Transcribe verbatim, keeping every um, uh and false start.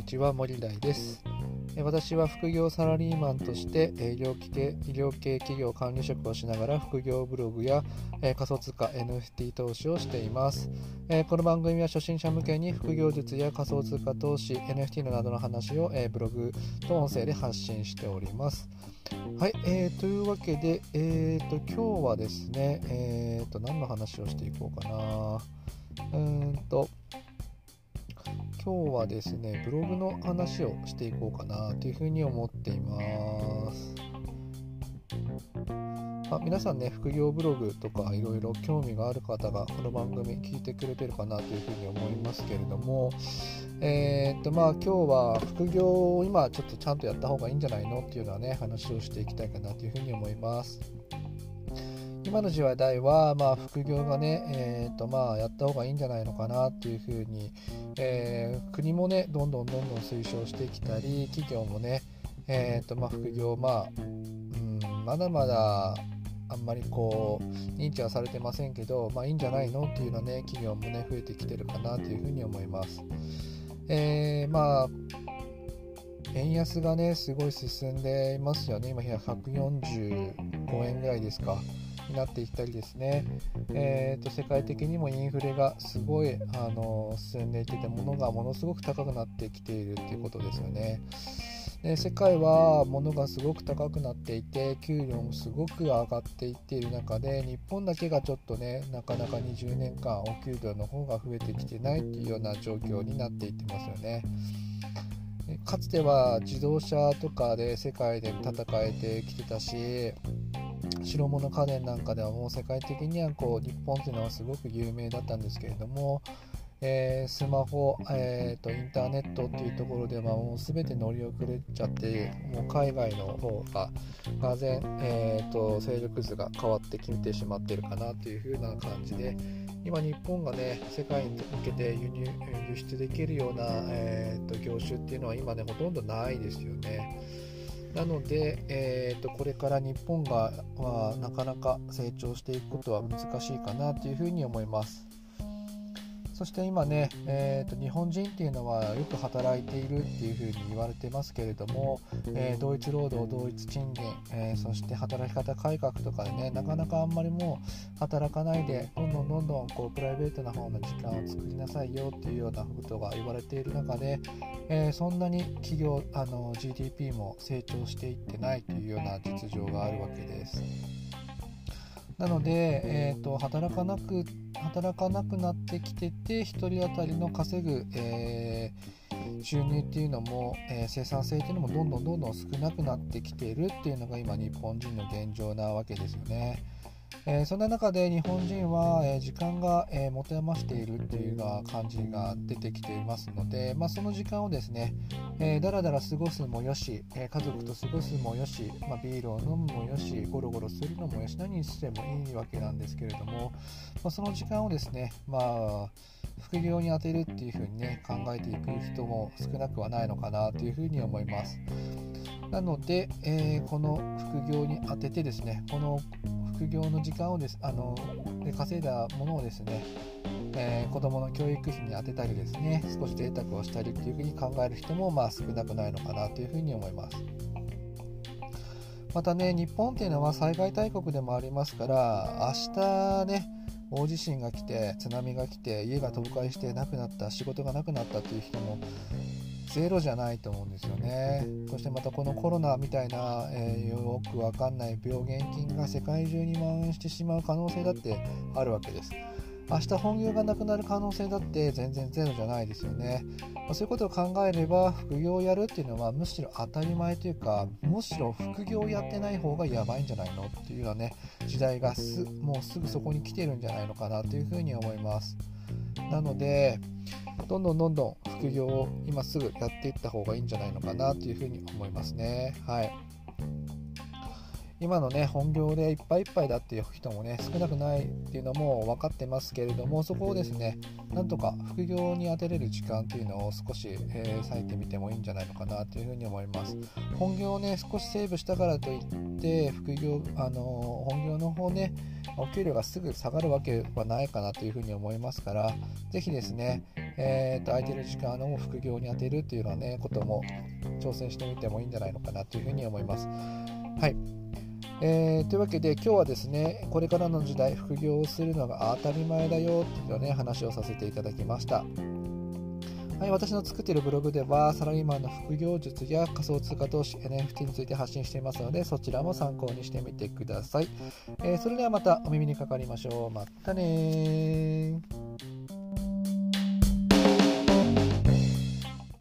ちは、森大です。私は副業サラリーマンとして医療系、医療系企業管理職をしながら副業ブログや仮想通貨 エヌエフティー 投資をしています。この番組は初心者向けに副業術や仮想通貨投資 エヌエフティー などの話をブログと音声で発信しております。はい、えー、というわけで、えー、と今日はですね、えー、と何の話をしていこうかなうーんと今日はですねブログの話をしていこうかなというふうに思っています。まあ、皆さんね副業ブログとかいろいろ興味がある方がこの番組聞いてくれてるかなというふうに思いますけれども、えー、っとまあ今日は副業を今ちょっとちゃんとやった方がいいんじゃないのっていうのはね話をしていきたいかなというふうに思います。今の時代は、まあ、副業がね、えーとまあ、やった方がいいんじゃないのかなっていうふうに、えー、国もねどんどんどんどん推奨してきたり、企業もね、えーとまあ、副業、まあうん、まだまだあんまりこう認知はされてませんけど、まあいいんじゃないのっていうのはね企業もね増えてきてるかなというふうに思います。えー、まあ円安がねすごい進んでいますよね。今ひゃくよんじゅうごえんぐらいですかになっていったりですね、えー、と世界的にもインフレがすごいあの進んでいってて物がものすごく高くなってきているっていうことですよね。で世界は物がすごく高くなっていて給料もすごく上がっていっている中で日本だけがちょっとねなかなかにじゅうねんかんお給料の方が増えてきてないっていうような状況になっていってますよね。かつては自動車とかで世界で戦えてきてたし白物家電なんかではもう世界的にはこう日本というのはすごく有名だったんですけれども、えー、スマホ、えーと、インターネットっていうところではもう全て乗り遅れちゃってもう海外の方ががぜん、えーと、勢力図が変わってきてしまっているかなという風な感じで今日本がね世界に向けて輸入輸出できるような、えーと、業種っていうのは今ねほとんどないですよね。なので、えー、とこれから日本がはなかなか成長していくことは難しいかなというふうに思います。そして今ね、えー、と日本人っていうのはよく働いているっていうふうに言われてますけれども、えー、同一労働同一賃金、えー、そして働き方改革とかでねなかなかあんまりもう働かないでどんどんどんどんこうプライベートな方の時間を作りなさいよっていうようなことが言われている中で、えー、そんなに企業あの ジーディーピー も成長していってないというような実情があるわけです。なので、えーと、働かなく働かなくなってきててひとり当たりの稼ぐ、えー、収入っていうのも、えー、生産性っていうのもどんどんどんどん少なくなってきているっていうのが今日本人の現状なわけですよね。えー、そんな中で日本人は、えー、時間が、えー、持て余しているっていうような感じが出てきていますので、まあ、その時間をですね、えー、だらだら過ごすもよし、えー、家族と過ごすもよし、まあ、ビールを飲むもよしゴロゴロするのもよし何にしてもいいわけなんですけれども、まあ、その時間をですね、まあ、副業に充てるっていうふうにね考えていく人も少なくはないのかなというふうに思います。なので、えー、この副業に充ててですねこの副業の時間をですあので稼いだものをですね、えー、子どもの教育費に充てたりですね少し贅沢をしたりっていうふうに考える人もまあ少なくないのかなというふうに思います。またね日本っていうのは災害大国でもありますから明日ね大地震が来て津波が来て家が倒壊してなくなった仕事がなくなったっていう人もゼロじゃないと思うんですよね。そしてまたこのコロナみたいな、えー、よくわかんない病原菌が世界中に蔓延してしまう可能性だってあるわけです。明日本業がなくなる可能性だって全然ゼロじゃないですよね。まあ、そういうことを考えれば副業をやるっていうのはむしろ当たり前というかむしろ副業をやってない方がやばいんじゃないのっていうようなね時代がすもうすぐそこに来てるんじゃないのかなというふうに思います。なのでどんどんどんどん副業を今すぐやっていった方がいいんじゃないのかなというふうに思いますね。はい。今のね本業でいっぱいいっぱいだっていう人もね少なくないっていうのも分かってますけれどもそこをですねなんとか副業に充てれる時間っていうのを少し、えー、割いてみてもいいんじゃないのかなというふうに思います。本業をね少しセーブしたからといって副業あのー、本業の方ねお給料がすぐ下がるわけはないかなというふうに思いますからぜひですね、 えー、と空いてる時間を副業に充てるっていうような、ね、ことも挑戦してみてもいいんじゃないのかなというふうに思います。はい、えー、というわけで今日はですね、これからの時代副業をするのが当たり前だよっていう、ね、話をさせていただきました。はい、私の作っているブログではサラリーマンの副業術や仮想通貨投資 エヌエフティー について発信していますので、そちらも参考にしてみてください。えー、それではまたお耳にかかりましょう。またねー。